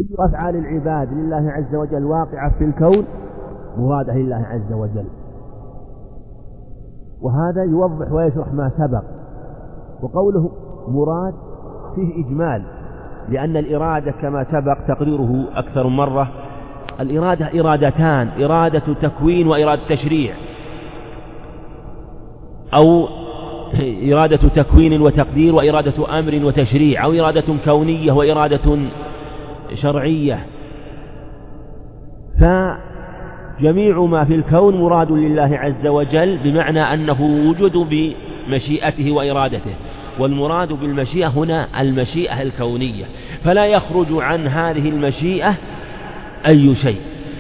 أفعال العباد لله عز وجل واقعة في الكون مرادة لله عز وجل. وهذا يوضح ويشرح ما سبق. وقوله مراد فيه إجمال، لأن الإرادة كما سبق تقريره أكثر مرة، الإرادة إرادتان: إرادة تكوين وإرادة تشريع، أو إرادة تكوين وتقدير وإرادة أمر وتشريع، أو إرادة كونية وإرادة شرعية. فجميع ما في الكون مراد لله عز وجل، بمعنى أنه وجد بمشيئته وإرادته. والمراد بالمشيئة هنا المشيئة الكونية، فلا يخرج عن هذه المشيئة أي شيء.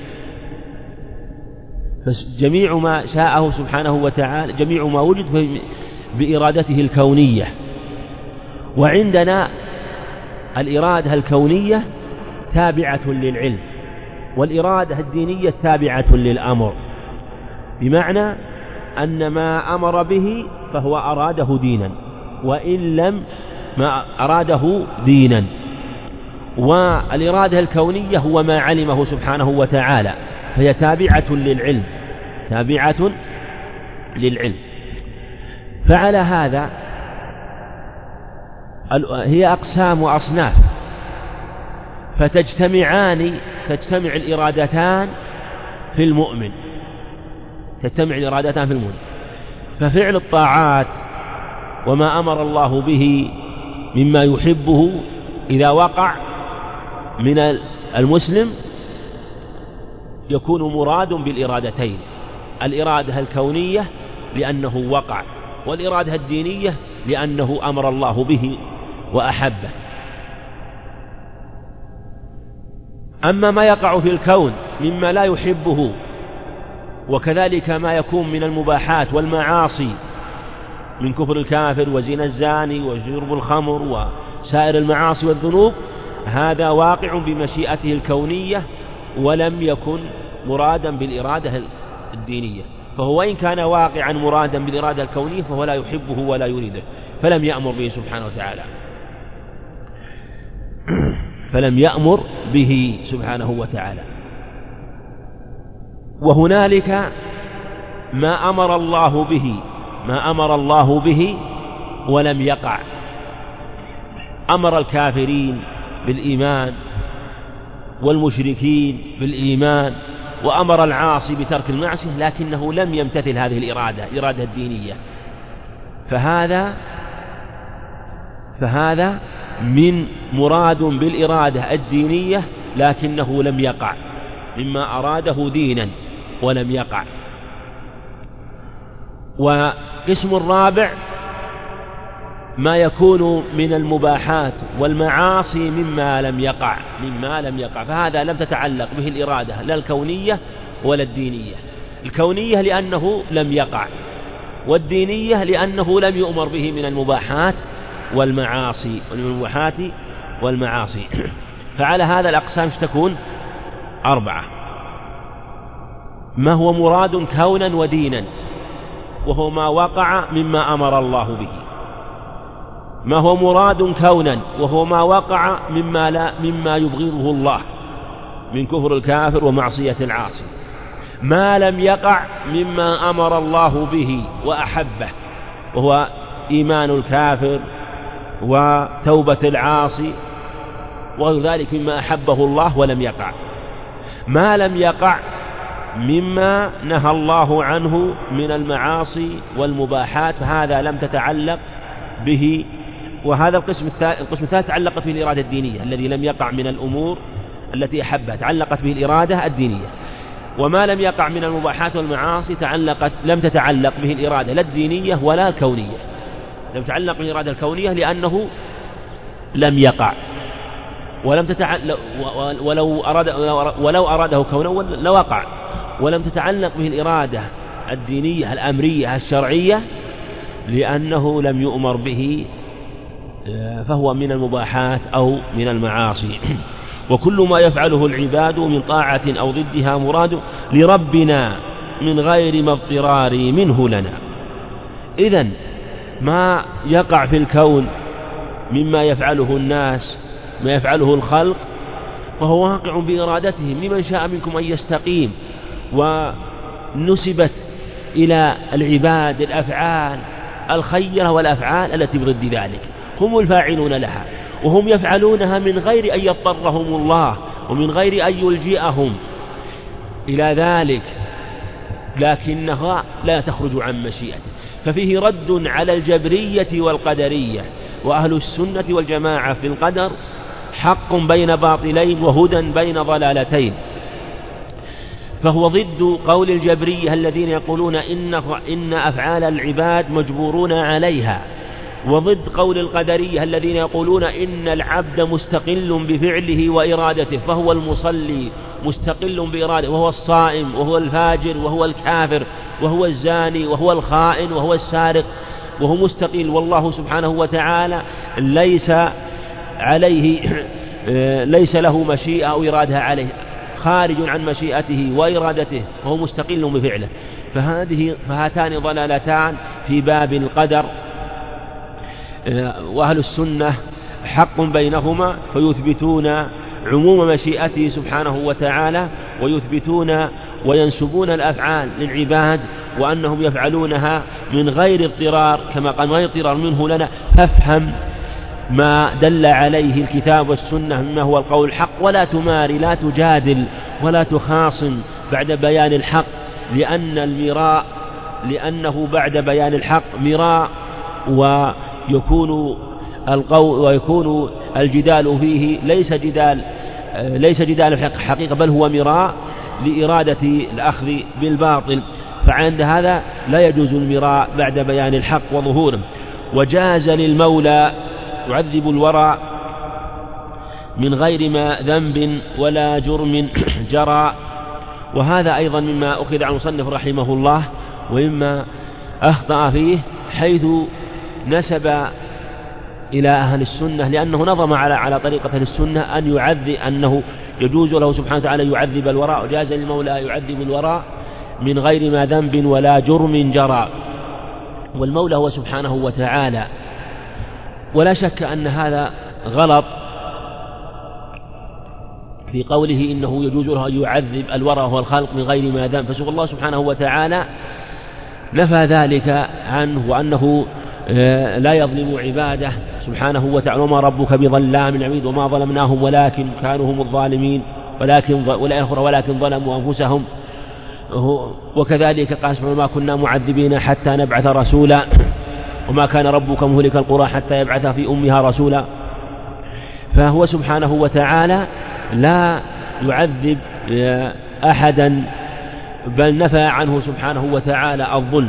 فجميع ما شاءه سبحانه وتعالى، جميع ما وجد بإرادته الكونية. وعندنا الإرادة الكونية تابعة للعلم، والإرادة الدينية تابعة للأمر، بمعنى أن ما أمر به فهو أراده دينا، وإن لم ما أراده دينا. والإرادة الكونية هو ما علمه سبحانه وتعالى، فهي تابعة للعلم، تابعة للعلم. فعلى هذا هي أقسام وأصناف، تجتمع الإرادتان في المؤمن، تجتمع الإرادتان في المؤمن. ففعل الطاعات وما أمر الله به مما يحبه إذا وقع من المسلم يكون مراد بالإرادتين: الإرادة الكونية لأنه وقع، والإرادة الدينية لأنه أمر الله به وأحبه. أما ما يقع في الكون مما لا يحبه، وكذلك ما يكون من المباحات والمعاصي من كفر الكافر وزنا الزاني وشرب الخمر وسائر المعاصي والذنوب، هذا واقع بمشيئته الكونية ولم يكن مرادا بالإرادة الدينية. فهو إن كان واقعا مرادا بالإرادة الكونية فهو لا يحبه ولا يريده، فلم يأمر به سبحانه وتعالى، فلم يأمر به سبحانه وتعالى. وهنالك ما أمر الله به ولم يقع. أمر الكافرين بالإيمان والمشركين بالإيمان، وأمر العاصي بترك المعصية، لكنه لم يمتثل هذه الإرادة الدينية. فهذا من مراد بالإرادة الدينية لكنه لم يقع، مما أراده دينا ولم يقع. وقسم الرابع ما يكون من المباحات والمعاصي مما لم يقع، فهذا لم تتعلق به الإرادة لا الكونية ولا الدينية. الكونية لأنه لم يقع، والدينية لأنه لم يؤمر به من المباحات والمعاصي. فعلى هذا الأقسام تكون 4: ما هو مراد كونا ودينا، وهو ما وقع مما أمر الله به. ما هو مراد كونا، وهو ما وقع مما يبغضه الله من كفر الكافر ومعصية العاصي. ما لم يقع مما أمر الله به وأحبه، وهو إيمان الكافر وتوبة العاصي وذلك مما أحبه الله ولم يقع. ما لم يقع مما نهى الله عنه من المعاصي والمباحات، فهذا لم تتعلق به. وهذا القسم الثالث تعلقت به الإرادة الدينية، الذي لم يقع من الأمور التي أحبها تعلقت به الإرادة الدينية. وما لم يقع من المباحات والمعاصي لم تتعلق به الإرادة لا الدينية ولا الكونية، لم تتعلق بالإرادة الكونية لأنه لم يقع، ولو أراده كونه لوقع. ولم تتعلق به الإرادة الدينية الأمرية الشرعية لأنه لم يؤمر به، فهو من المباحات أو من المعاصي. وكل ما يفعله العباد من طاعة أو ضدها مراد لربنا من غير ما اضطرار منه لنا. إذن ما يقع في الكون مما يفعله الناس، ما يفعله الخلق، فهو واقع بإرادتهم لمن شاء منكم أن يستقيم. ونسبت إلى العباد الأفعال الخيرة والأفعال التي بضد ذلك، هم الفاعلون لها، وهم يفعلونها من غير أن يضطرهم الله ومن غير أن يلجئهم إلى ذلك، لكنها لا تخرج عن مشيئته. ففيه رد على الجبرية والقدرية. وأهل السنة والجماعة في القدر حق بين باطلين وهدى بين ضلالتين، فهو ضد قول الجبرية الذين يقولون إن أفعال العباد مجبورون عليها، وضد قول القدرية الذين يقولون إن العبد مستقل بفعله وإرادته، فهو المصلي مستقل بإرادته، وهو الصائم وهو الفاجر وهو الكافر وهو الزاني وهو الخائن وهو السارق، وهو مستقل، والله سبحانه وتعالى ليس له مشيئة أو إرادة عليه، خارج عن مشيئته وإرادته، وهو مستقل بفعله. فهاتان ضلالتان في باب القدر، وأهل السنة حق بينهما، فيثبتون عموم مشيئته سبحانه وتعالى، ويثبتون وينسبون الأفعال للعباد وأنهم يفعلونها من غير اضطرار، كما قال غير اضطرار منه لنا، فافهم ما دل عليه الكتاب والسنة مما هو القول الحق، ولا تماري، لا تجادل ولا تخاصم بعد بيان الحق، لأنه بعد بيان الحق مراء، ويكون الجدال فيه ليس جدال حقيقة، بل هو مراء لإرادة الأخذ بالباطل، فعند هذا لا يجوز المراء بعد بيان الحق وظهوره. وجاز للمولى يعذب الورى من غير ما ذنب ولا جرم جرى. وهذا أيضا مما أخذ عن المصنف رحمه الله، ومما أخطأ فيه، حيث نسب إلى أهل السنة، لأنه نظم على طريقة أهل السنة أنه يجوز له سبحانه وتعالى يعذب الوراء، وجاز للمولى يعذب الوراء من غير ما ذنب ولا جرم جرى. والمولى هو سبحانه وتعالى، ولا شك أن هذا غلط في قوله إنه يجوز له أن يعذب الوراء وهو الخلق من غير ما ذنب، فسبحان الله سبحانه وتعالى نفى ذلك عنه، وأنه لا يظلم عباده سبحانه وتعالى، وما ربك بظلام للعبيد وما ظلمناهم ولكن كانوا هم الظالمين ولكن ظلموا أنفسهم. وكذلك قال سبحانه ما كنا معذبين حتى نبعث رسولا وما كان ربك مهلك القرى حتى يبعث في أمها رسولا. فهو سبحانه وتعالى لا يعذب أحدا، بل نفى عنه سبحانه وتعالى الظلم.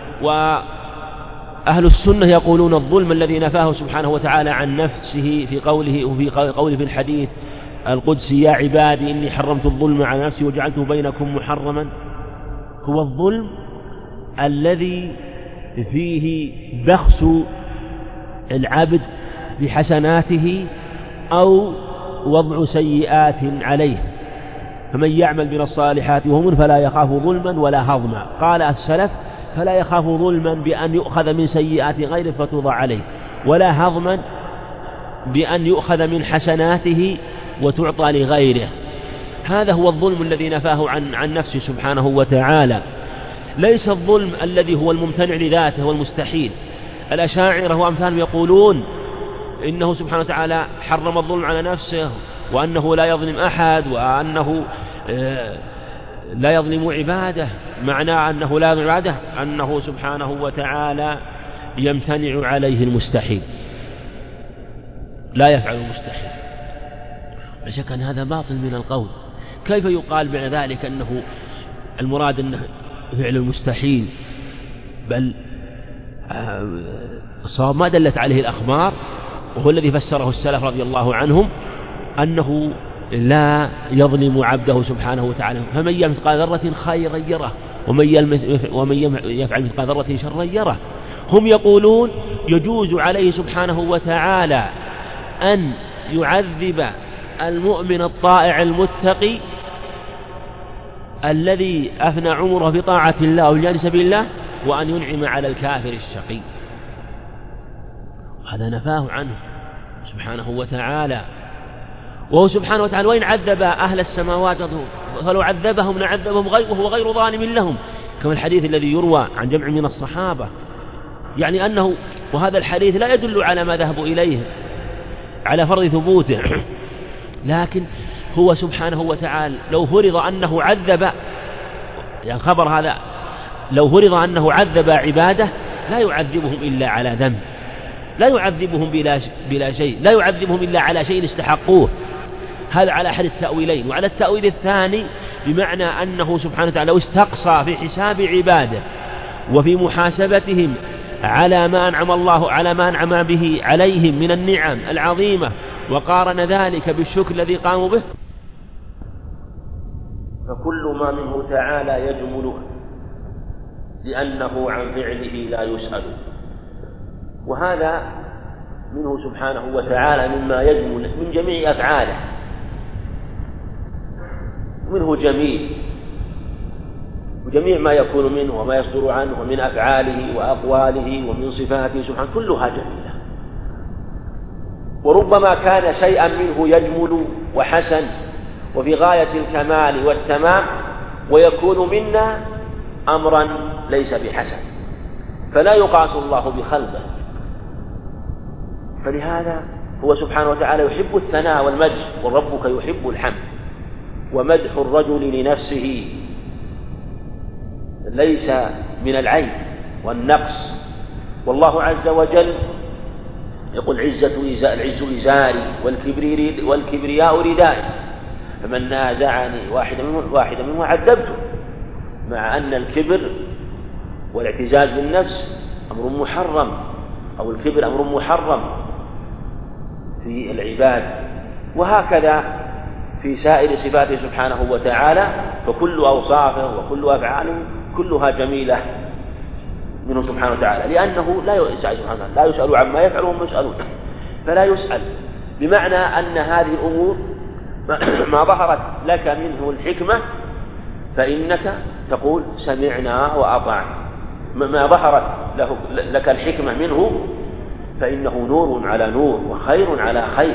وأهل السنة يقولون الظلم الذي نفاه سبحانه وتعالى عن نفسه في قوله في الحديث القدسي يا عبادي إني حرمت الظلم على نفسي وجعلته بينكم محرما، هو الظلم الذي فيه بخس العبد بحسناته أو وضع سيئات عليه. فمن يعمل من الصالحات وهم فلا يخاف ظلما ولا هضما. قال السلف فلا يخاف ظلما بأن يؤخذ من سيئات غيره فتوضع عليه، ولا هضما بأن يؤخذ من حسناته وتعطى لغيره. هذا هو الظلم الذي نفاه عن نفسه سبحانه وتعالى، ليس الظلم الذي هو الممتنع لذاته والمستحيل. الأشاعرة وأمثالهم يقولون إنه سبحانه وتعالى حرم الظلم على نفسه، وأنه لا يظلم أحد، وأنه لا يظلم عباده. معنى أنه لا يظلم عباده أنه سبحانه وتعالى يمتنع عليه المستحيل، لا يفعل المستحيل. لا شك أن هذا باطل من القول. كيف يقال بعد ذلك أنه المراد أنه فعل المستحيل؟ بل الصواب ما دلت عليه الأخبار، وهو الذي فسره السلف رضي الله عنهم، أنه لا يظلم عبده سبحانه وتعالى. فمن يعمل مثقال ذرة خيرا يره ومن يفعل مثقال ذرة شرا يره. هم يقولون يجوز عليه سبحانه وتعالى أن يعذب المؤمن الطائع المتقي الذي أفنى عمره في طاعة الله والجهاد في سبيل الله، وأن ينعم على الكافر الشقي. هذا نفاه عنه سبحانه وتعالى. وهو سبحانه وتعالى وإن عذب أهل السماوات فلو عذبهم لعذبهم وهو غير ظالم لهم، كما الحديث الذي يروى عن جمع من الصحابة، يعني أنه، وهذا الحديث لا يدل على ما ذهبوا إليه على فرض ثبوته، لكن هو سبحانه وتعالى لو فرض أنه عذب، يعني خبر هذا، لو فرض أنه عذب عباده لا يعذبهم إلا على ذنب، لا يعذبهم بلا شيء، لا يعذبهم إلا على شيء استحقوه. هذا على أحد التأويلين. وعلى التأويل الثاني بمعنى أنه سبحانه وتعالى لو استقصى في حساب عباده وفي محاسبتهم على ما أنعم به عليهم من النعم العظيمة، وقارن ذلك بالشكر الذي قاموا به، فكل ما منه تعالى يجمله لأنه عن فعله لا يسأل، وهذا منه سبحانه وتعالى مما يجمل من جميع أفعاله، منه جميل، وجميع ما يكون منه وما يصدر عنه ومن أفعاله وأقواله ومن صفاته سبحانه كلها جميلة. وربما كان شيئا منه يجمل وحسن وفي غاية الكمال والتمام، ويكون منا أمرا ليس بحسن، فلا يقاس الله بخلقه. فلهذا هو سبحانه وتعالى يحب الثناء والمدح، وربك يحب الحمد. ومدح الرجل لنفسه ليس من العيب والنقص، والله عز وجل يقول العز إزاري والكبرياء ردائي، فمن نازعني واحدا منه عذبته، مع أن الكبر والاعتزاز بالنفس أمر محرم، أو الكبر أمر محرم في العباد، وهكذا في سائر صفاته سبحانه وتعالى، فكل أوصافه وكل أفعاله كلها جميلة منه سبحانه وتعالى، لأنه لا يسأل عما يفعل وهم يسألون، فلا يسأل، بمعنى أن هذه الأمور ما ظهرت لك منه الحكمة فإنك تقول سمعنا وأطعنا، ما ظهرت لك الحكمة منه فإنه نور على نور وخير على خير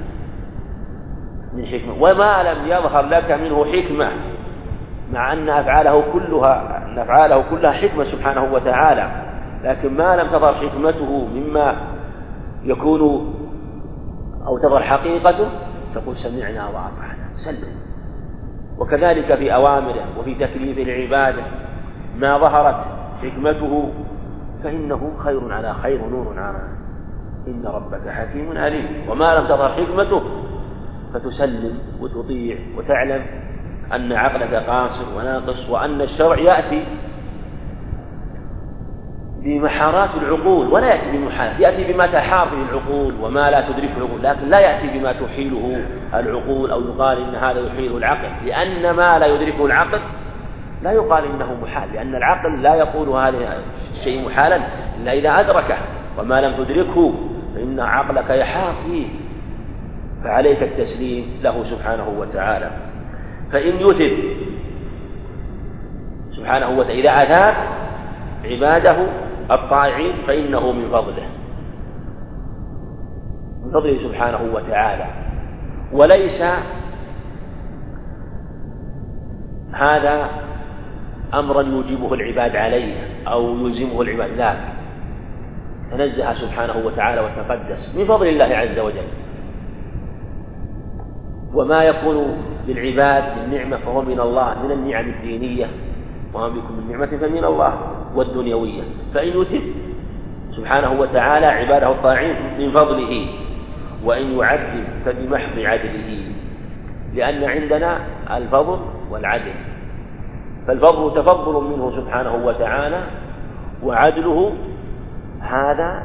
من حكمة. وما لم يظهر لك منه حكمة، مع أن أفعاله كلها حكمة سبحانه وتعالى، لكن ما لم تظهر حكمته مما يكون أو تظهر حقيقته تقول سمعنا وأطعنا سلم. وكذلك في أوامره وفي تكليف العبادة ما ظهرت حكمته فإنه خير على خير ونور على إن ربك حكيم عليم. وما لم تظهر حكمته فتسلم وتطيع وتعلم أن عقلك قاصر وناقص، وأن الشرع يأتي بمحارات العقول ولا يأتي بمحال، يأتي بما تحار به العقول وما لا تدركه العقول، لكن لا يأتي بما تحيله العقول أو يقال إن هذا يحيله العقل، لأن ما لا يدركه العقل لا يقال إنه محال، لأن العقل لا يقول هذا الشيء محالا إلا إذا أدركه، وما لم تدركه فإن عقلك يحار فيه، فعليك التسليم له سبحانه وتعالى. فإن يثب سبحانه وتعالى إذا أثاب عباده الطائعين فإنه من فضله سبحانه وتعالى، وليس هذا أمرا يوجبه العباد عليه أو يلزمه العباد، لا، تنزه سبحانه وتعالى وتقدس من فضل الله عز وجل. وما يكون للعباد من نعمة فهو من الله، من النعم الدينية، وما بكم من نعمة فمن الله، والدنيوية. فإن يتم سبحانه وتعالى عباده الطاعين من فضله، وإن يعذب فبمحض عدله، لأن عندنا الفضل والعدل، فالفضل تفضل منه سبحانه وتعالى، وعدله هذا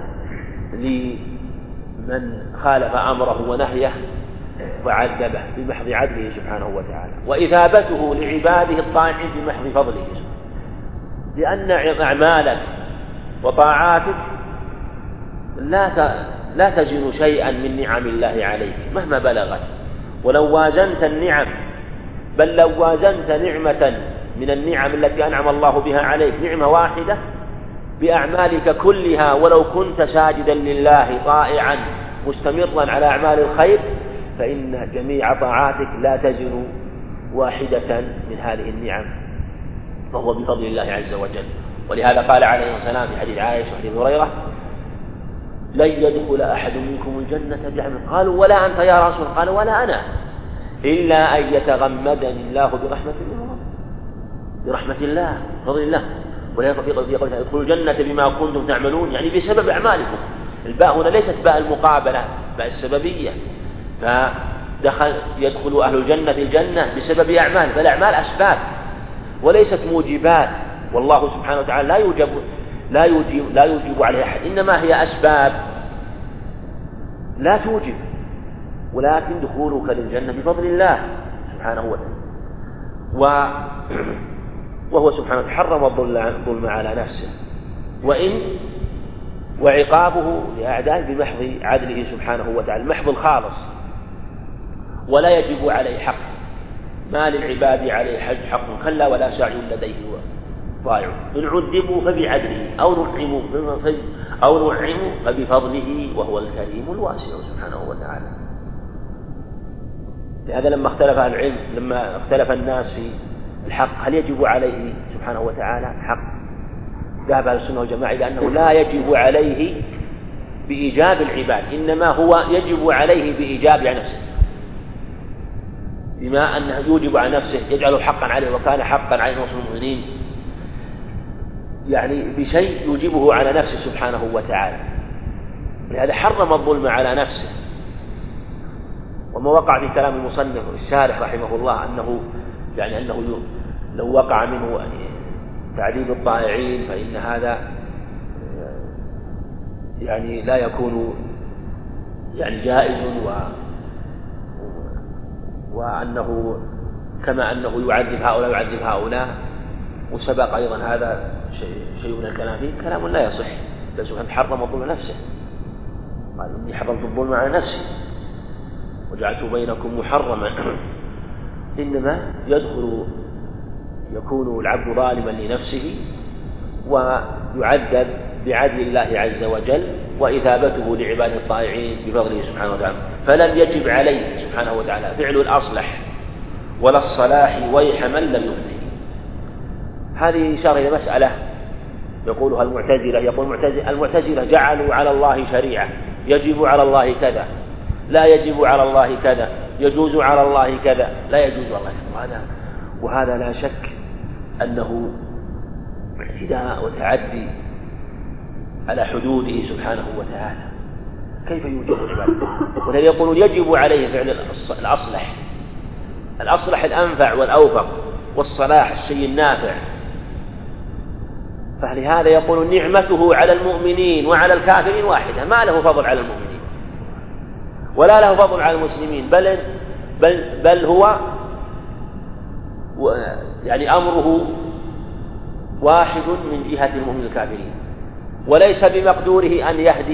لمن خالف أمره ونهيه وعذبه بمحض عدله سبحانه وتعالى، وإثابته لعباده الطاعين بمحض فضله، لأن أعمالك وطاعاتك لا تزن شيئا من نعم الله عليك مهما بلغت، ولو وازنت النعم، بل لو وازنت نعمة من النعم التي أنعم الله بها عليك، نعمة واحدة، بأعمالك كلها، ولو كنت ساجدا لله طائعا مستمرا على أعمال الخير، فإن جميع طاعاتك لا تزن واحدة من هذه النعم، فهو بفضل الله عز وجل. ولهذا قال عليه الصلاة والسلام في حديث عائشة وحديث هريرة: لن يدخل أحد منكم الجنة بعمل. قالوا: ولا أنت يا رسول؟ قال: ولا أنا، إلا أن يتغمدني الله برحمة منه، برحمة الله، بفضل الله. ولهذا في قوله: ادخلوا الجنة بما كنتم تعملون، يعني بسبب أعمالكم. الباء هنا ليست باء المقابلة، باء السببية، يدخل أهل الجنة الجنة بسبب أعمال، فالأعمال أسباب وليست موجبات، والله سبحانه وتعالى لا يوجب عليه أحد، إنما هي أسباب لا توجب، ولكن دخولك للجنة بفضل الله سبحانه وتعالى. وهو سبحانه حرم الظلم على نفسه، وعقابه لأعدائه بمحض عدله سبحانه وتعالى، المحض الخالص، ولا يجب عليه حق، ما للعباد عليه حق كلا ولا سعي لديه ضائع، إن عذبوا فبعدله أو نعموا فبفضله، وهو الكريم الواسع سبحانه وتعالى. لهذا لما اختلف العلم، لما اختلف الناس في الحق هل يجب عليه سبحانه وتعالى حق، ذهب أهل السنة والجماعة إلى أنه لا يجب عليه بإيجاب العباد، إنما هو يجب عليه بإيجاب عن نفسه، بما أنه يوجب على نفسه يجعله حقا عليه، وكان حقا على المؤمنين، يعني بشيء يوجبه على نفسه سبحانه وتعالى. لهذا حرم الظلم على نفسه. وما وقع في كلام المصنف الشارح رحمه الله أنه لو وقع منه تعذيب الطائعين فإن هذا يعني لا يكون يعني جائز، وأنه كما أنه يعذب هؤلاء يعذب هؤلاء. وسبق أيضا هذا شيء من الكلام فيه كلام لا يصح، بل سبحانه حرم الظلم نفسه، قال: إني حرمت الظلم على نفسي وجعلت بينكم محرما. إنما يكون العبد ظالما لنفسه ويعذب بعدل الله عز وجل وإثابته لعباد الطائعين بفضله سبحانه وتعالى. فلم يجب عليه سبحانه وتعالى فعل الأصلح ولا الصلاح ويح من لم يفلح. هذه إشارة إلى مسألة يقولها المعتزلة. يقول المعتزلة جعلوا على الله شريعة، يجب على الله كذا، لا يجب على الله كذا، يجوز على الله كذا، لا يجوز على الله كذا. وهذا لا شك أنه اعتداء وتعدي على حدوده سبحانه وتعالى. كيف يوجب العبادة؟ ولذلك يقولون يجب عليه فعل الأصلح الأنفع والأوفق، والصلاح الشيء النافع. فلهذا يقول نعمته على المؤمنين وعلى الكافرين واحدة، ما له فضل على المؤمنين ولا له فضل على المسلمين، بل هو يعني أمره واحد من جهة المؤمنين الكافرين، وليس بمقدوره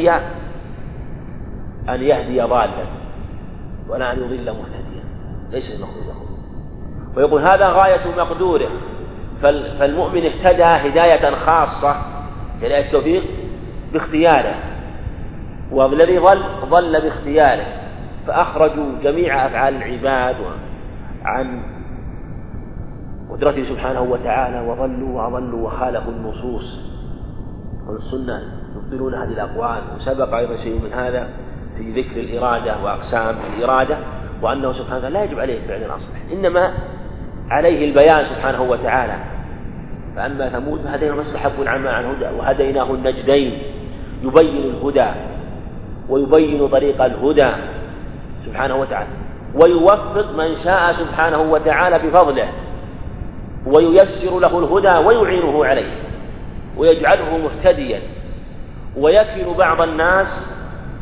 أن يهدي ضالا ولا أن يضل مهتديا، ليس بمقدوره. ويقول هذا غاية مقدوره، فالمؤمن اهتدى هداية خاصة، هداية التوفيق باختياره، والذي ضل باختياره. فأخرجوا جميع أفعال العباد عن قدرته سبحانه وتعالى، وضلوا وأضلوا وخالفوا النصوص والسنة، يبطلون هذه الأقوال. وسبق أيضا شيء من هذا في ذكر الإرادة وأقسام الإرادة، وأنه سبحانه وتعالى لا يجب عليه فعل الأصلح، إنما عليه البيان سبحانه وتعالى. فأما ثمود فهديناهم فاستحبوا العمى عن الهدى وهديناه النجدين، يبين الهدى ويبين طريق الهدى سبحانه وتعالى، ويوفق من شاء سبحانه وتعالى بفضله، وييسر له الهدى ويعينه عليه ويجعله مهتديا. ويكل بعض الناس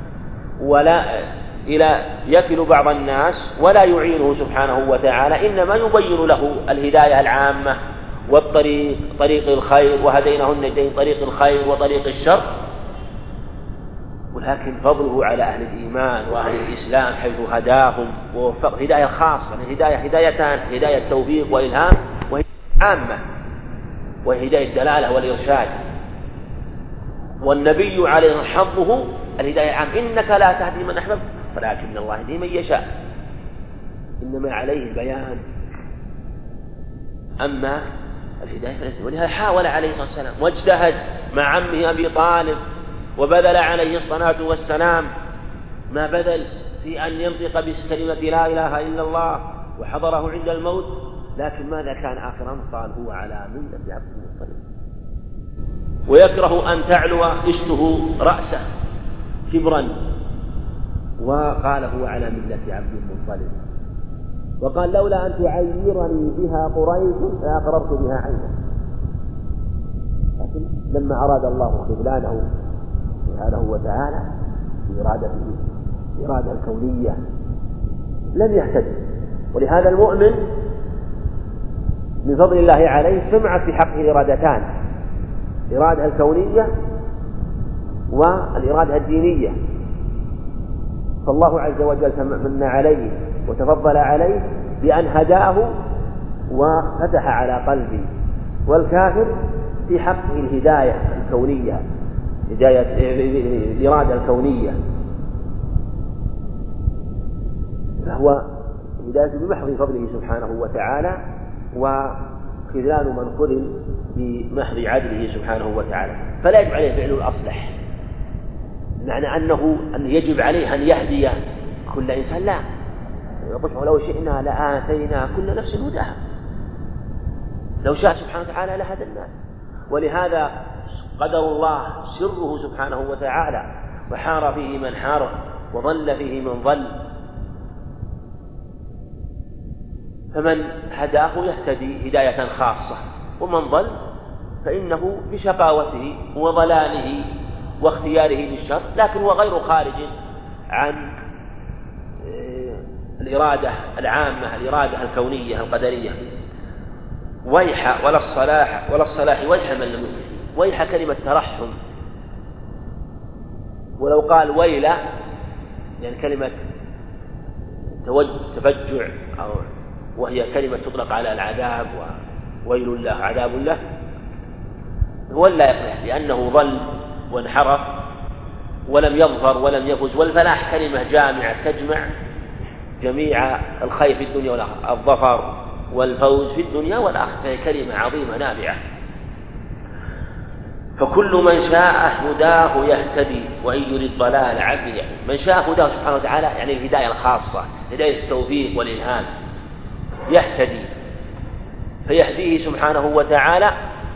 ولا يعينه سبحانه وتعالى، إنما يبين له الهداية العامة والطريق، طريق الخير، وهديناه النجدين، طريق الخير وطريق الشر. ولكن فضله على أهل الإيمان وأهل الإسلام حيث هداهم ووفق هداية خاصة. الهداية هدايتان: هداية توفيق وإلهام، وهداية عامة وهي هداية الدلالة والإرشاد. والنبي عليه حظه الهداية عام: إنك لا تهدي من أحببت ولكن الله يهدي من يشاء. إنما عليه البيان، أما الهداية فليس. ولهذا حاول عليه الصلاة والسلام واجتهد مع عمه أبي طالب، وبذل عليه الصلاة والسلام ما بذل في أن ينطق بكلمة لا إله إلا الله، وحضره عند الموت، لكن ماذا كان آخر أمر؟ قال هو على ملة عبد المطلب. ويكره أن تعلو إشته رأسه كبرا، وقال هو على ملة عبد المطلب. وقال لولا أن تعيرني بها قريش لأقررت بها عينه. لكن لما أراد الله خذلانه سبحانه وتعالى بإرادته الإرادة الكونية لم يهتدي. ولهذا المؤمن من فضل الله عليه جمع في حقه الإرادتان: الإرادة الكونية والإرادة الدينية. فالله عز وجل من عليه وتفضل عليه بأن هداه وفتح على قلبه، والكافر في حقه الهداية الكونية، الإرادة الكونية، فهو هداية بمحض فضله سبحانه وتعالى، وخذلان من خذل بمحض عدله سبحانه وتعالى. فلا يجب عليه فعل الأصلح، معنى أنه يجب عليه أن يهدي كل إنسان، لا. ولو شئنا لآتينا كل نفس هداها، لو شاء سبحانه وتعالى لهدى الناس. ولهذا قدر الله سره سبحانه وتعالى، وحار فيه من حار وضل فيه من ضل، فمن هداه يهتدي هداية خاصة، ومن ضل فإنه بشقاوته وضلاله واختياره للشر، لكن هو غير خارج عن الإرادة العامة، الإرادة الكونية القدرية. ويح ولا الصلاح ويح من لم يؤمن. ويح كلمة ترحم، ولو قال ويلا يعني كلمة تفجع، وهي كلمة تطلق على العذاب، وويل له عذاب له، هو لا يفلح لأنه ضل وانحرف ولم يظفر ولم يفز. والفلاح كلمة جامعة تجمع جميع الخير في الدنيا والآخرة، الظفر والفوز في الدنيا والآخرة، فهي كلمة عظيمة نافعة. فكل من شاء هداه يهتدي، وإن يريد ضلال عبد يهدي. من شاء هداه سبحانه وتعالى يعني الهداية الخاصة، هداية التوفيق والإلهام، يهتدي فيهديه سبحانه وتعالى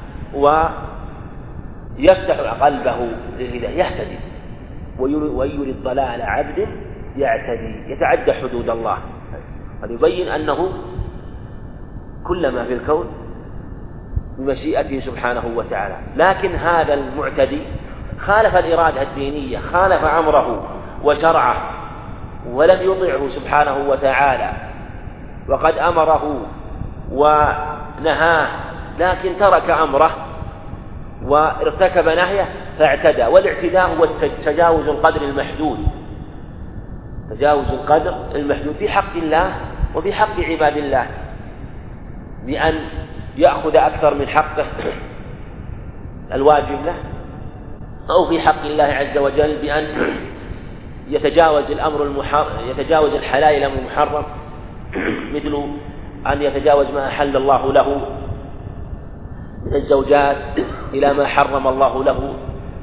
ويفتح قلبه للهداية، يهتدي. وإن يريد ضلال عبد يعتدي، يتعدى حدود الله. هذا يبين أنه كل ما في الكون بمشيئته سبحانه وتعالى، لكن هذا المعتدي خالف الإرادة الدينية، خالف أمره وشرعه، ولم يطعه سبحانه وتعالى، وقد أمره ونهاه، لكن ترك أمره وارتكب نهيه فاعتدى. والاعتداء هو تجاوز القدر المحدود، تجاوز القدر المحدود في حق الله وفي حق عباد الله، بأن يأخذ أكثر من حقه الواجب له، أو في حق الله عز وجل بأن يتجاوز يتجاوز الحلال إلى المحرم، مثل أن يتجاوز ما أحل الله له من الزوجات إلى ما حرم الله له،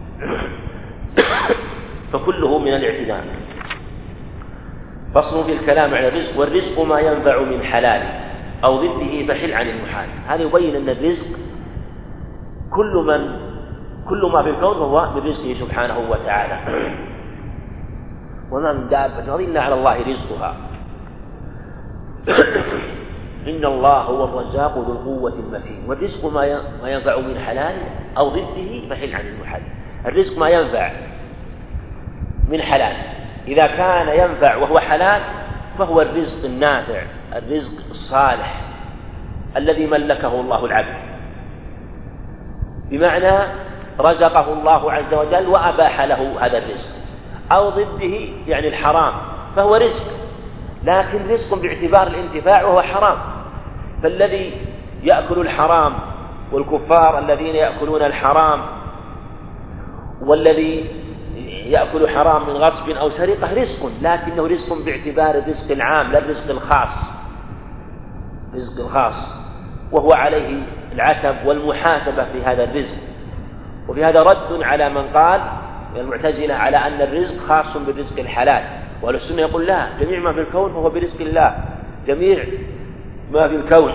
فكله من الاعتداء. فصل في الكلام على الرزق. والرزق ما ينفع من حلال أو ضده فحل عن المحال. هذا يبين أن الرزق كل ما في الكون هو من رزقه سبحانه وتعالى، وما من دابة إلا على الله رزقها. إن الله هو الرزاق ذو القوة المتين. والرزق ما ينفع من حلال أو ضده فحل عن المحال. الرزق ما ينفع من حلال، إذا كان ينفع وهو حلال فهو الرزق النافع، الرزق الصالح الذي ملكه الله العبد، بمعنى رزقه الله عز وجل وأباح له هذا الرزق. أو ضده يعني الحرام، فهو رزق لكن رزق باعتبار الانتفاع وهو حرام. فالذي يأكل الحرام والكفار الذين يأكلون الحرام والذي يأكل حرام من غصب أو سرقة رزق، لكنه رزق باعتبار الرزق العام لا الرزق الخاص، رزق الخاص، وهو عليه العتب والمحاسبة في هذا الرزق. وفي هذا رد على من قال من المعتزلة على أن الرزق خاص بالرزق الحلال، وأهل السنة يقول لا، جميع ما في الكون فهو برزق الله، جميع ما في الكون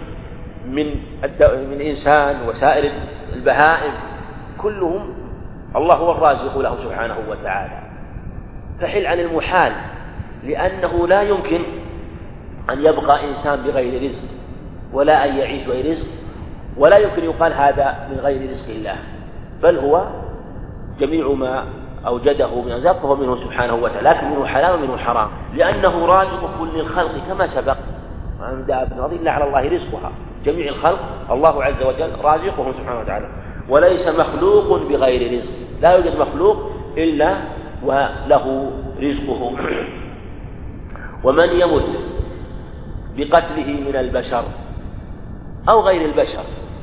من إنسان وسائر البهائم كلهم الله هو الرازق له سبحانه وتعالى. فحل عن المحال، لأنه لا يمكن أن يبقى إنسان بغير رزق ولا أن يعيش بغير رزق، ولا يمكن يقال هذا من غير رزق الله، بل هو جميع ما أوجده من رزق فهو منه سبحانه وتعالى، لكن منه حلال ومنه حرام، لأنه رازق كل الخلق كما سبق، وعن دابة إلا على الله رزقها، جميع الخلق الله عز وجل رازقهم سبحانه وتعالى، وليس مخلوق بغير رزق، لا يوجد مخلوق إلا وله رزقه. ومن يمت بقتله من البشر أو غير البشر،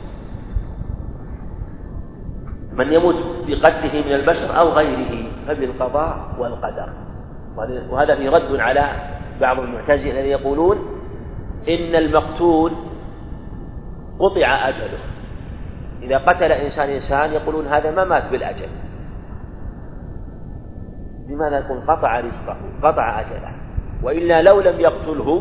من يموت بقتله من البشر أو غيره فبالقضاء والقدر. وهذا في رد على بعض المعتزلة الذين يقولون إن المقتول قطع أجله، إذا قتل إنسان يقولون هذا ما مات بالأجل. لماذا؟ يقول قطع رزقه قطع أجله، وإلا لو لم يقتله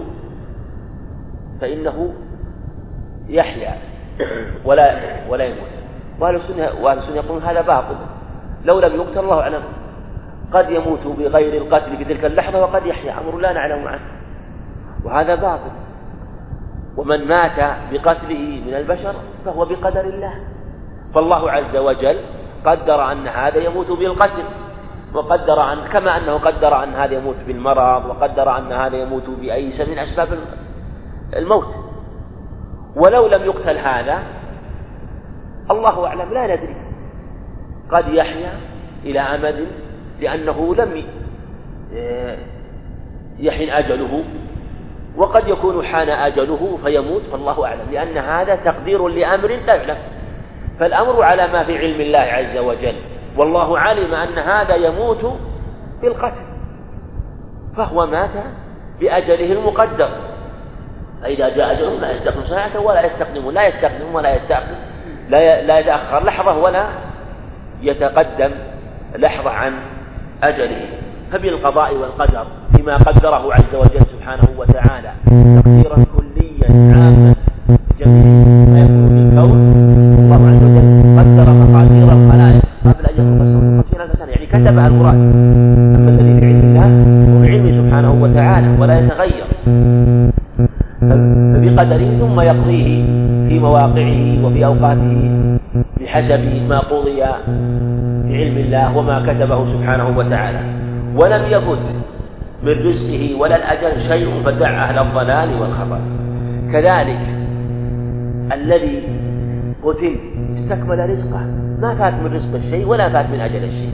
فإنه يحيا ولا يموت. وأهل السنة يقولون هذا باطل، لو لم يقتل الله أعلم قد يموت بغير القتل في تلك اللحظة وقد يحيا، أمر لا نعلم عنه، وهذا باطل. ومن مات بقتله من البشر فهو بقدر الله، فالله عز وجل قدر أن هذا يموت بالقتل، وقدر أن كما أنه قدر أن هذا يموت بالمرض، وقدر أن هذا يموت بأيس من أسباب الموت. ولو لم يقتل هذا الله أعلم لا ندري، قد يحيا إلى أمد لأنه لم يحن أجله، وقد يكون حان أجله فيموت، فالله أعلم، لأن هذا تقدير لأمر لا يعلم، فالأمر على ما في علم الله عز وجل، والله علم أن هذا يموت بالقتل فهو مات بأجله المقدر، فإذا جاء أجلهم لا يستقدمون ساعة ولا يستقدمون، لا يستقدم ولا يستأخر، لا يتأخر لحظة ولا يتقدم لحظة عن أجله. فبالقضاء والقدر بما قدره عز وجل سبحانه وتعالى تقديرا كليا عاما جميع ما يكون في الكون، الله عز وجل قدر مقادير الخلائق قبل أن يخلق 50,000 سنة، يعني كتبها المراد. أما الذي في علم الله هو بعلمه سبحانه وتعالى ولا يتغير، فبقدره ثم يقضيه في مواقعه وفي أوقاته بحسب ما قضي بعلم الله وما كتبه سبحانه وتعالى. ولم يفت من رزقه ولا الأجل شيء فدع أهل الضلال والخطأ. كذلك الذي قتل استكمل رزقه، ما فات من رزق الشيء ولا فات من أجل الشيء.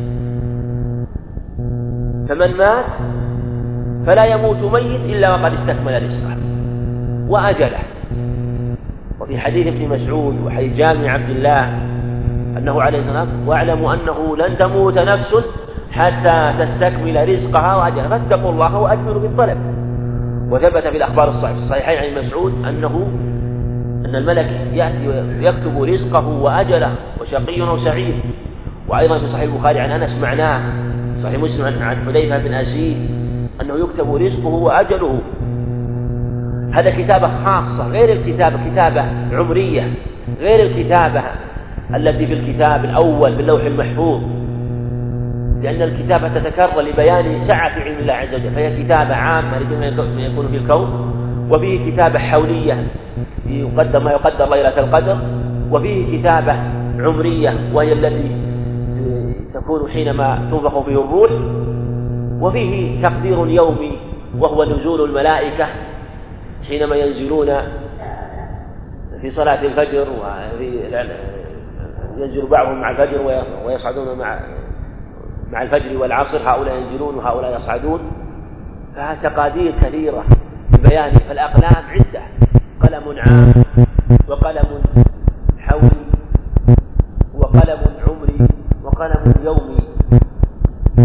فمن مات فلا يموت ميت إلا وقد استكمل رزقه وأجله. وفي حديث ابن مسعود وحديث جابر بن عبد الله أنه عليه الصلاة والسلام واعلموا أنه لن تموت نفس حتى تستكمل رزقها وأجلها فاتقوا الله وأجملوا بالطلب. وثبت في الأخبار الصحيحين عن مسعود أن الملك يأتي ويكتب رزقه وأجله وشقي أو سعيد. وأيضا في صحيح البخاري عن أنس معناه، صحيح مسلم عن حذيفة بن أسيد أنه يكتب رزقه وأجله. هذا كتابة خاصة غير الكتابة، كتابة عمرية غير الكتابة التي في الكتاب الأول باللوح المحفوظ، لأن الكتابة تتكرر لبيان سعة علم الله عز وجل، فهي كتابة عامة لما يكون في الكون، وفيه كتابة حولية يقدر ما يقدر ليلة القدر، وفيه كتابة عمرية وهي التي تكون حينما تنفخ فيه الروح، وفيه تقدير يومي وهو نزول الملائكة حينما ينزلون في صلاة الفجر، ينزل بعضهم مع الفجر ويصعدون مع الفجر والعصر، هؤلاء ينزلون وهؤلاء يصعدون. فهذه تقادير كثيرة ببيان. فالأقلام عدة، قلم عام وقلم حولي وقلم عمري وقلم يومي،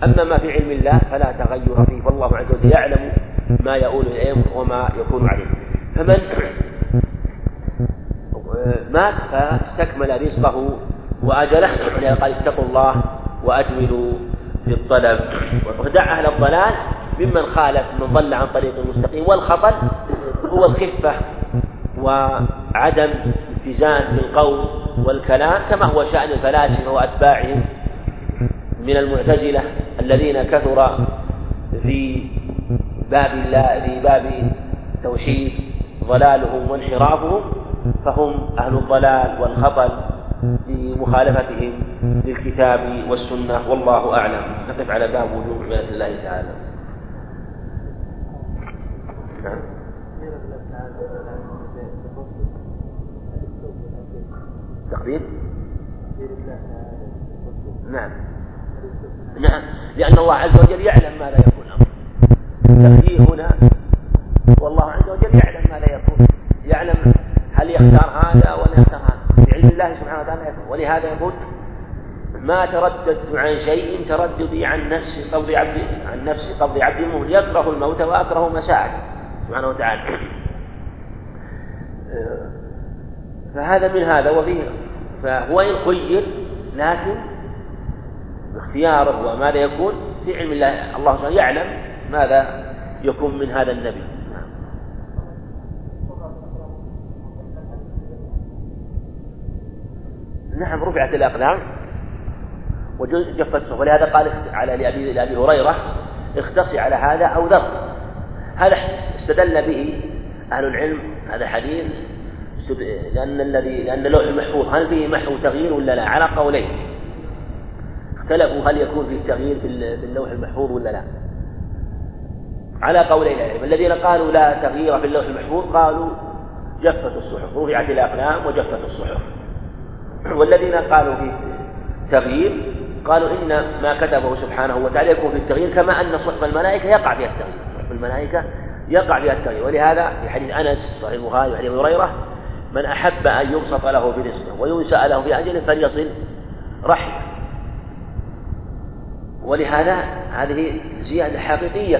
أما ما في علم الله فلا تغير فيه، فالله عز وجل يعلم ما يؤول إليه وما يكون عليه. فمن مات فاستكمل رزقه وأجله، قال اتقوا الله وأجملوا في الطلب. ودع أهل الضلال ممن خالف من ضل عن طريق المستقيم. والخطل هو الخفة وعدم اتزان في القول والكلام، كما هو شأن الفلاسفة وأتباعهم من المعتزلة الذين كثر في باب توحيد ضلالهم وانحرافهم، فهم أهل الضلال والخطل لمخالفتهم للكتاب والسنة. والله أعلم. نقف على باب وجوب عبادة الله تعالى. نعم. تقدير. نعم. لأن الله عز وجل يعلم ماذا يكون الأمر. تقدير هنا والله عز وجل يعلم ماذا يكون، يعلم هل يختار هذا ولا يختار هذا، بعلم الله سبحانه وتعالى. ولهذا يقول ما ترددت عن شيء ترددي عن نفس قبض عبد المؤمن يكره الموت وأكره مساعده سبحانه وتعالى. فهذا من هذا وفيه، فهو إن خير لكن اختياره وماذا يكون في علم الله. الله سبحانه يعلم ماذا يكون من هذا النبي. نعم. رفعت الأقلام وجفت الصحف. ولهذا قال على لأبي هريرة اختصي على هذا أو ذر. هذا استدل به أهل العلم هذا حديث، لأن اللوح المحفوظ هل فيه محو تغيير ولا لا، على قولين اختلفوا هل يكون فيه تغيير في اللوح المحفوظ ولا لا، على قولين العلم. الذين قالوا لا تغيير في اللوح المحفوظ قالوا جفت الصحف، رفعت الأقلام وجفت الصحف. والذين قالوا في تغيير قالوا إن ما كتبه سبحانه وتعالى يكون في التغيير، كما أن صحف الملائكة يقع فيها التغيير. صحف الملائكة يقع فيها التغيير. ولهذا في حديث أنس صحيح البخاري وحديث أبي هريرة من أحب أن يبسط له برزقه وينسأ له في أجله فليصل رحمه. ولهذا هذه زيادة حقيقية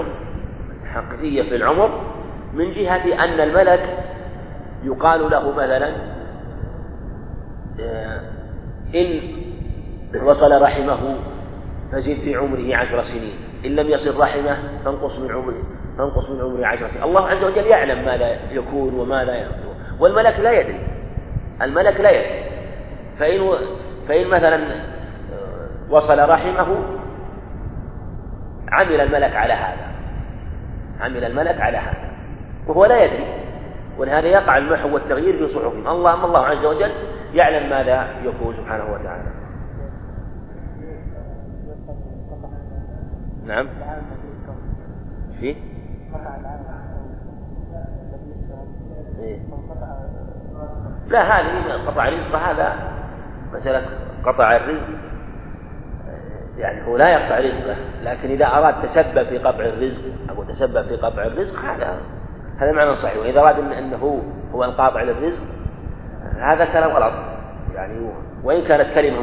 في العمر من جهة أن الملك يقال له مثلا إن وصل رحمه فزد في عمره 10 سنين، إن لم يصل رحمه تنقص من عمره 10 سنين. الله عز وجل يعلم ماذا يكون وماذا يكون، والملك لا يدري. فإن مثلا وصل رحمه عمل الملك على هذا وهو لا يدري، ولهذا يقع المحو والتغيير في صحفهم. الله عز وجل يعلم ماذا يكون سبحانه وتعالى. نعم. في لا، هذه قطع الرزق، هذا مسألة قطع الرزق يعني هو لا يقطع رزقه، لكن إذا أراد تسبب في قطع الرزق هذا معنى صحيح. وإذا أراد أنه هو القاطع للرزق هذا كلام غلط يعني، وإن كانت كلمة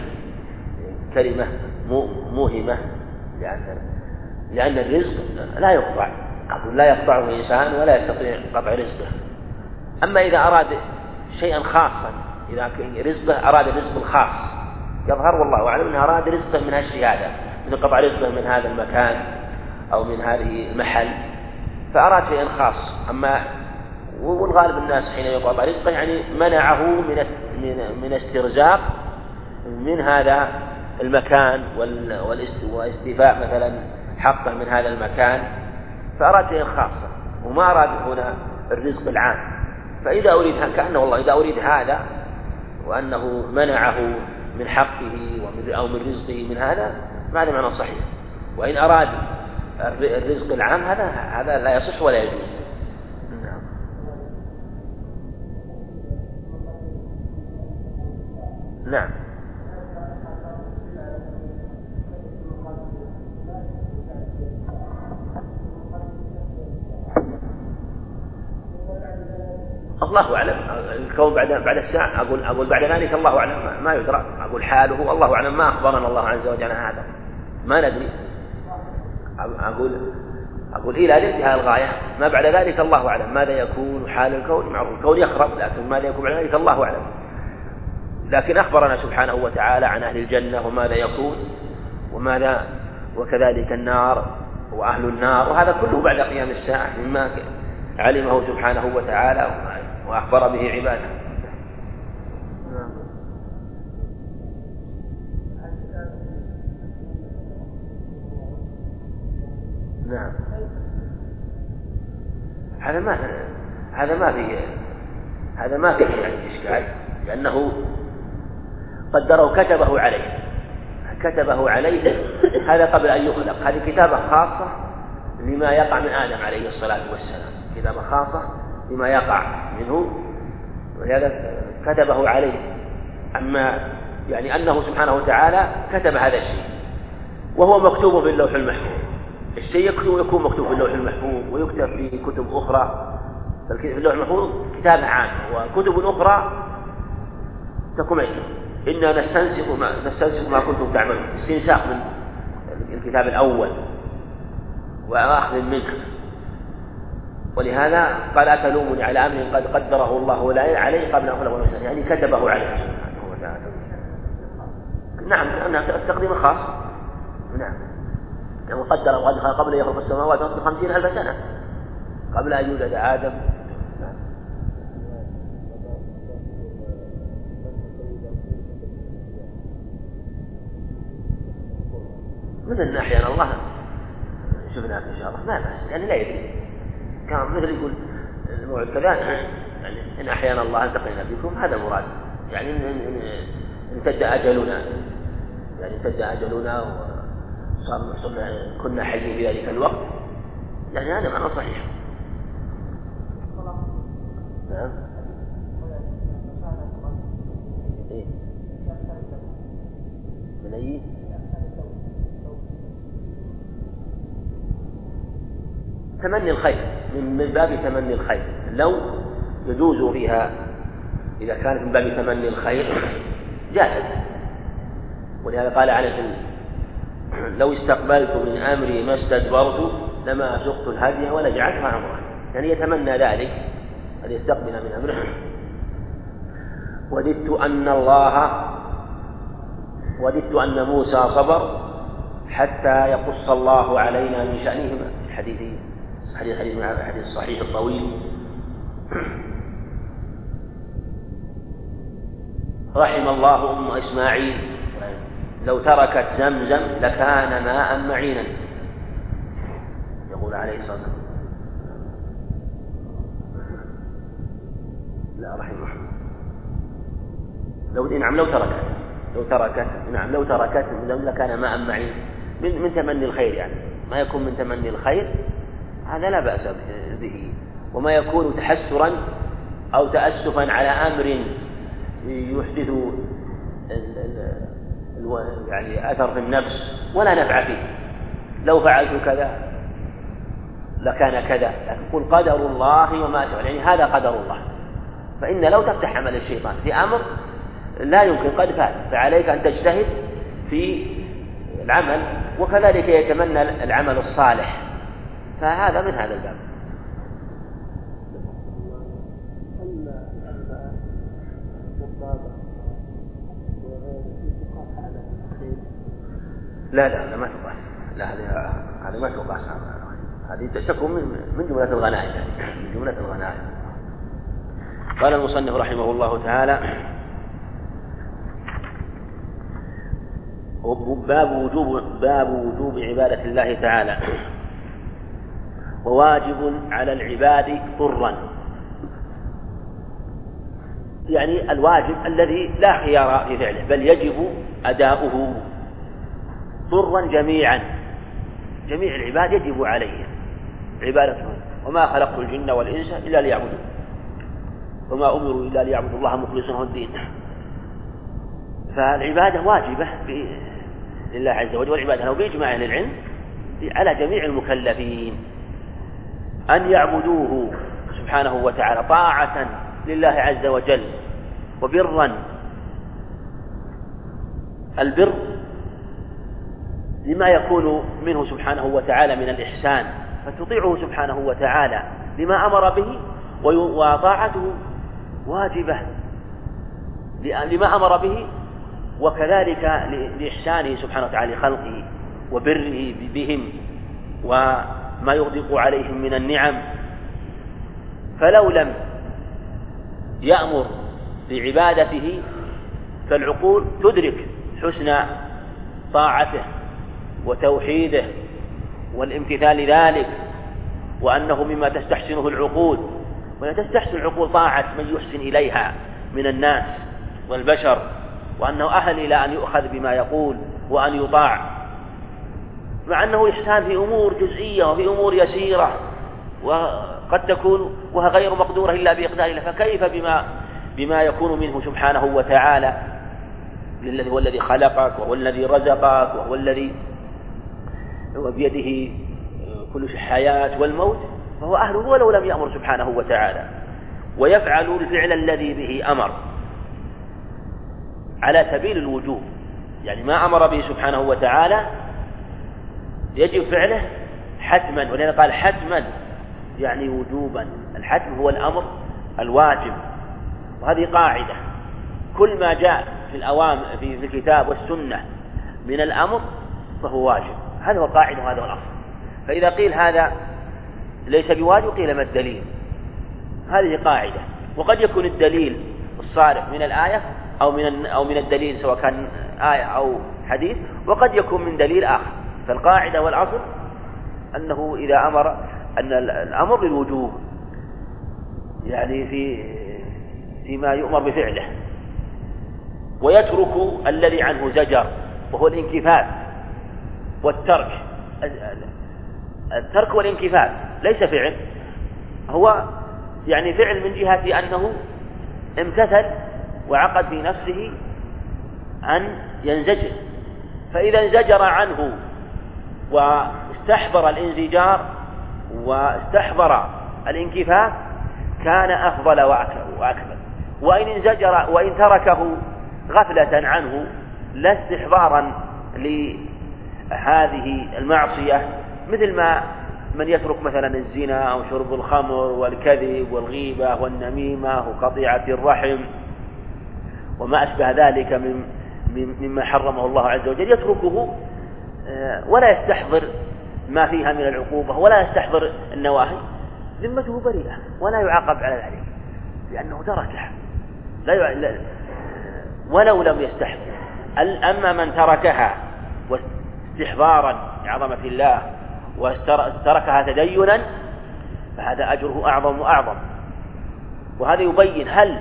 موهمة لأن الرزق لا يقطعه إنسان ولا يستطيع قطع رزقه. أما إذا أراد شيئا خاصا، إذا رزقه أراد الرزق الخاص يظهر والله أعلم أنه أراد رزقه من هالشهادة، من قطع رزقه من هذا المكان أو من هذه المحل، فأراد شيئا خاص. أما والغالب الناس حين يقطع رزقه يعني منعه من استرزاق من هذا المكان واستيفاء مثلا حقه من هذا المكان، فأراد شيئا خاصا وما أراد هنا الرزق العام. فإذا أريد كأنه والله إذا أريد هذا وأنه منعه من حقه أو من رزقه من هذا معنى صحيح. وإن أراد الرزق العام هذا لا يصح ولا يجوز. نعم. الله أعلم. الكون بعد الساعة أقول بعد ذلك الله أعلم ما يدرى. أقول حاله الله أعلم، ما أخبرنا الله عز وجل هذا، ما ندري. أقول إلى الانتهاء الغاية، ما بعد ذلك الله أعلم. ماذا يكون حال الكون معروف، الكون يخرب، لكن ماذا يكون بعد ذلك الله أعلم. لكن أخبرنا سبحانه وتعالى عن أهل الجنة وماذا يكون وماذا، وكذلك النار وأهل النار، وهذا كله بعد قيام الساعة مما علمه سبحانه وتعالى وأخبر به عباده. نعم. هذا ما فيه يعني إشكال، لأنه قدره كتبه عليه هذا قبل أن يخلق. هذه كتابة خاصة لما يقع من آدم عليه الصلاة والسلام، كتابة خاصة لما يقع منه، ولهذا كتبه عليه. أما يعني أنه سبحانه وتعالى كتب هذا الشيء وهو مكتوب في اللوح المحفوظ. الشيء يكون مكتوب في اللوح المحفوظ ويكتب في كتب أخرى. في اللوح المحفوظ كتابة عامة، وكتب أخرى تكون عندنا. إنا نستنسخ ما كنتم تعملون، استنساخ من الكتاب الأول وأخذ منه. ولهذا قال أتلومني على أمر قد قدره الله عليه قبل أن أخلق الإنسان، يعني كتبه عليه سبحانه وتعالى. نعم، أنها التقديم الخاص. نعم، يعني قدر قبل أن يخلق السماوات والأرض 50,000 سنة قبل أن يولد آدم. مثل أحيانا الله شفناك إن شاء الله ما بس، يعني لا يدري، كان مثل يقول الموعد كذا، يعني إن أحيانا الله التقينا بكم، هذا المراد. يعني إن امتد أجلنا، يعني امتد أجلنا وصار كنا حيين في ذلك الوقت، يعني هذا معنى صحيح. نعم. إيه؟ من أي؟ تمني الخير، من باب تمني الخير، لو يجوز فيها إذا كانت من باب تمني الخير جاءت. ولهذا قال عنه لو استقبلت من أمري ما استدبرت لما سقت الهدي ولا جعلتها عمرا، يعني يتمنى ذلك أن يستقبل من أمره. وددت أن موسى صبر حتى يقص الله علينا من شأنهما. الحديث الصحيح الطويل. رحم الله أم إسماعيل لو تركت زمزم لكان ماء معينا، يقول عليه الصلاة والسلام. لا رحمه لو تركت زمزم لكان ماء معين، من تمني الخير، يعني ما يكون من تمني الخير هذا لا بأس به. وما يكون تحسرا أو تأسفا على أمر يحدث يعني أثر في النفس ولا نفع فيه، لو فعلت كذا لكان كذا، لكن قل قدر الله وما شاء، يعني هذا قدر الله. فإن لو تفتح عمل الشيطان في أمر لا يمكن قد فات، فعليك أن تجتهد في العمل، وكذلك يتمنى العمل الصالح، فهذا من هذا الباب. لا ما تقاس، لا هذه ما تقاس، هذه تكون من جملة الغنائم، من جملة الغنائم. قال المصنف رحمه الله تعالى: باب وجوب عبادة الله تعالى. وواجب على العباد طرا، يعني الواجب الذي لا خيار في فعله بل يجب أداؤه طرا جميع العباد يجب عليهم عبادته. وما خلقت الجن والإنس إلا ليعبدون وما أمروا إلا ليعبدوا الله مخلصين له الدين. فالعبادة واجبة لله عز وجل، والعبادة لو بإجماع أهل العلم على جميع المكلفين أن يعبدوه سبحانه وتعالى طاعة لله عز وجل وبرا. البر لما يكون منه سبحانه وتعالى من الإحسان، فتطيعه سبحانه وتعالى لما أمر به، وطاعته واجبة لما أمر به، وكذلك لإحسانه سبحانه وتعالى لخلقه وبره بهم وما يغدق عليهم من النعم. فلو لم يأمر بعبادته فالعقول تدرك حسن طاعته وتوحيده والامتثال لذلك، وأنه مما تستحسنه العقول، ولا تستحسن العقول طاعة من يحسن إليها من الناس والبشر، وأنه أهل إلى أن يؤخذ بما يقول وأن يطاع، مع أنه إحسان في أمور جزئية وفي أمور يسيرة وقد تكون وهي غير مقدورة إلا بإقدار الله، فكيف بما يكون منه سبحانه وتعالى، الذي هو الذي خلقك وهو الذي رزقك وهو الذي هو بيده كل الحياة والموت، فهو أهله ولو لم يأمر سبحانه وتعالى، ويفعل الفعل الذي به أمر على سبيل الوجوب، يعني ما أمر به سبحانه وتعالى يجب فعله حتما، ولذلك قال حتما يعني وجوبا. الحتم هو الأمر الواجب، وهذه قاعدة، كل ما جاء في الأوامر في الكتاب والسنة من الأمر فهو واجب، هذا هو القاعدة وهذا هو الأصل. فإذا قيل هذا ليس بواجب قيل ما الدليل، هذه قاعدة. وقد يكون الدليل الصارف من الآية أو من الدليل سواء كان آية أو حديث، وقد يكون من دليل آخر. فالقاعدة والأصل أنه إذا أمر أن الأمر للوجوب، يعني فيما يؤمر بفعله، ويترك الذي عنه زجر وهو الانكفاف والترك. الترك والانكفاف ليس فعل، هو يعني فعل من جهة أنه امتثل وعقد في نفسه أن ينزجر، فإذا انزجر عنه واستحضر الانزجار واستحضر الانكفاف كان أفضل وأكمل. وإن انزجر وإن تركه غفلة عنه لا استحضارا لهذه المعصية، مثل ما من يترك مثلا الزنا أو شرب الخمر والكذب والغيبة والنميمة وقطيعة الرحم وما أشبه ذلك مما حرمه الله عز وجل، يتركه ولا يستحضر ما فيها من العقوبة ولا يستحضر النواهي، ذمته بريئة ولا يعاقب على ذلك لأنه تركها ولو لم يستحضر. أما من تركها واستحضارا لعظمة الله وتركها تدينا فهذا أجره أعظم وأعظم. وهذا يبين هل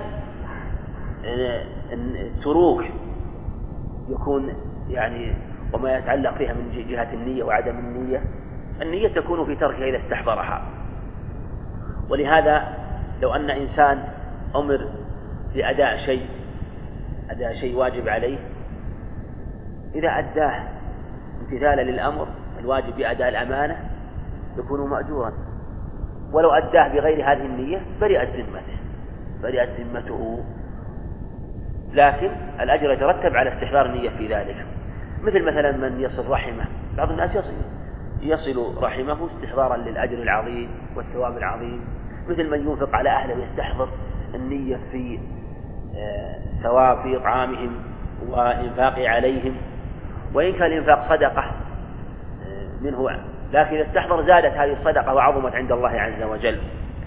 التروك يكون يعني وما يتعلق فيها من جهة النية وعدم النية. النية تكون في تركها إذا استحضرها، ولهذا لو أن إنسان أمر بأداء شيء واجب عليه، إذا أداه امتثالا للأمر الواجب بأداء الأمانة يكون مأجورا، ولو أداه بغير هذه النية برئت ذمته، لكن الأجر يترتب على استحضار النية في ذلك. مثلا من يصل رحمه، بعض الناس يصل رحمه استحضارا للأجر العظيم والثواب العظيم، مثل من ينفق على أهله ويستحضر النية في ثواب في إطعامهم وإنفاق عليهم، وإن كان الإنفاق صدقة منه، لكن إذا استحضر زادت هذه الصدقة وعظمت عند الله عز وجل.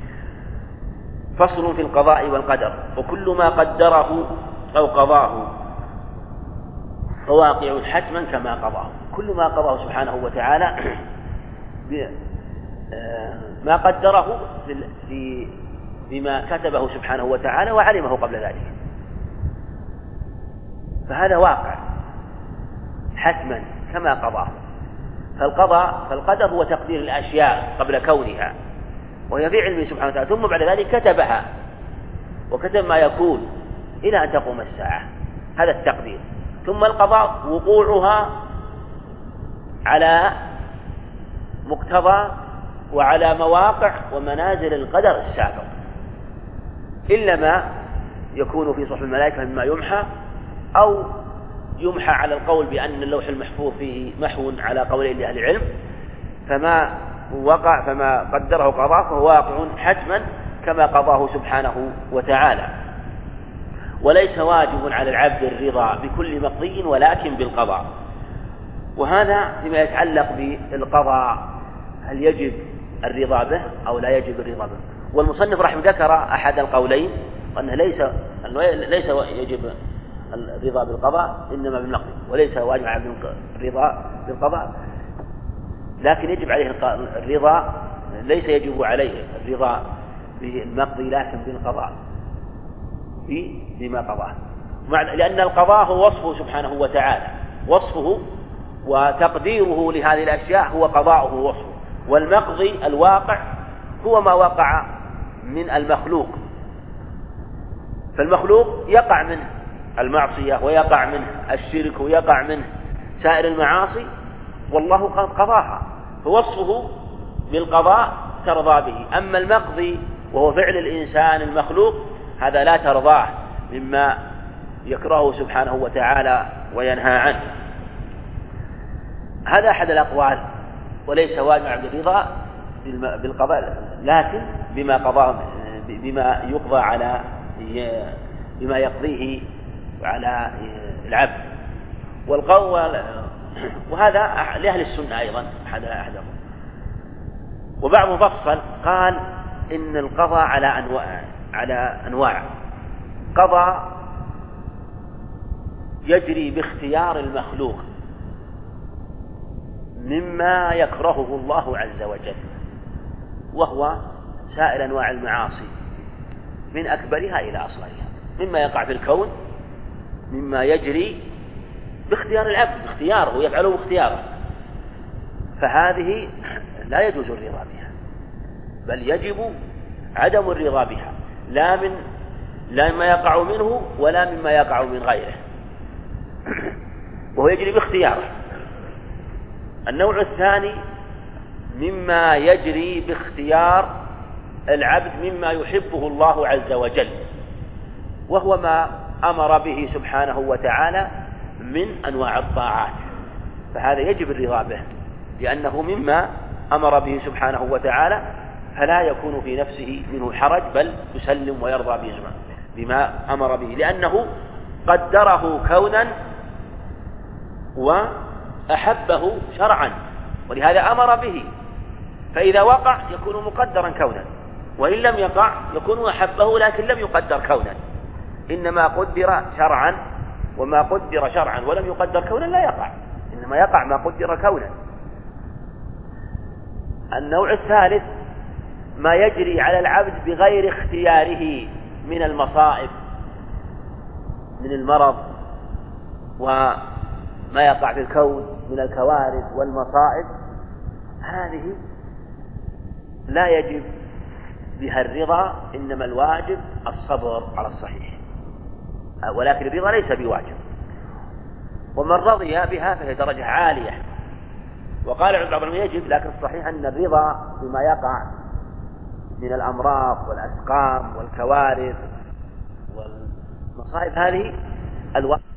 فصل في القضاء والقدر. وكل ما قدره أو قضاه فواقع حتما كما قضاه. كل ما قضاه سبحانه وتعالى ما قدره بما كتبه سبحانه وتعالى وعلمه قبل ذلك، فهذا واقع حتما كما قضاه. فالقدر هو تقدير الأشياء قبل كونها، وهي في علمه سبحانه وتعالى، ثم بعد ذلك كتبها وكتب ما يكون إلى أن تقوم الساعة، هذا التقدير. ثم القضاء وقوعها على مقتضى وعلى مواقع ومنازل القدر السابق، إلا ما يكون في صحف الملائكة مما يمحى أو يمحى على القول بأن اللوح المحفوظ فيه محو على قولين لأهل العلم، فما قدره قضاه فهو واقع حتما كما قضاه سبحانه وتعالى. وليس واجب على العبد الرضا بكل مقضي ولكن بالقضاء. وهذا فيما يتعلق بالقضاء، هل يجب الرضا به أو لا يجب الرضا به. والمصنف رحمه ذكر أحد القولين أنه ليس يجب الرضا بالقضاء إنما بالنقض، وليس واجب على الرضا بالقضاء، لكن يجب عليه الرضا، ليس يجب عليه الرضا بالنقض لكن بالقضاء بما قضاه، لأن القضاء هو وصفه سبحانه وتعالى، وصفه وتقديره لهذه الأشياء هو قضاؤه ووصفه، والمقضي الواقع هو ما وقع من المخلوق. فالمخلوق يقع منه المعصية ويقع منه الشرك ويقع منه سائر المعاصي، والله قد قضاها، فوصفه بالقضاء ترضى به. أما المقضي وهو فعل الإنسان المخلوق هذا لا ترضاه مما يكرهه سبحانه وتعالى وينهى عنه. هذا أحد الأقوال، وليس واجب على الرضا بالقضاء لكن بما يقضى على بما يقضيه على العبد. والقول وهذا لأهل السنة أيضا أحدهم. وبعضهم فصل قال إن القضاء على أنواع. قضاء يجري باختيار المخلوق مما يكرهه الله عز وجل، وهو سائر أنواع المعاصي من أكبرها إلى أصغرها، مما يقع في الكون مما يجري باختيار العبد، باختياره يفعله باختياره، فهذه لا يجوز الرضا بها، بل يجب عدم الرضا بها، لا مما يقع منه ولا مما يقع من غيره، وهو يجري باختياره. النوع الثاني مما يجري باختيار العبد مما يحبه الله عز وجل، وهو ما أمر به سبحانه وتعالى من أنواع الطاعات، فهذا يجب الرضا به لأنه مما أمر به سبحانه وتعالى، فلا يكون في نفسه منه حرج، بل يسلم ويرضى بما أمر به، لأنه قدره كونا وأحبه شرعا، ولهذا أمر به، فإذا وقع يكون مقدرا كونا، وإن لم يقع يكون أحبه لكن لم يقدر كونا، إنما قدر شرعا، وما قدر شرعا ولم يقدر كونا لا يقع، إنما يقع ما قدر كونا. النوع الثالث ما يجري على العبد بغير اختياره من المصائب، من المرض وما يقع في الكون من الكوارث والمصائب، هذه لا يجب بها الرضا، إنما الواجب الصبر على الصحيح، ولكن الرضا ليس بواجب. ومن رضي بها فهي درجة عالية. وقال بعض العلماء يجب، لكن الصحيح أن الرضا بما يقع من الأمراض والأسقام والكوارث والمصائب هذه الواجب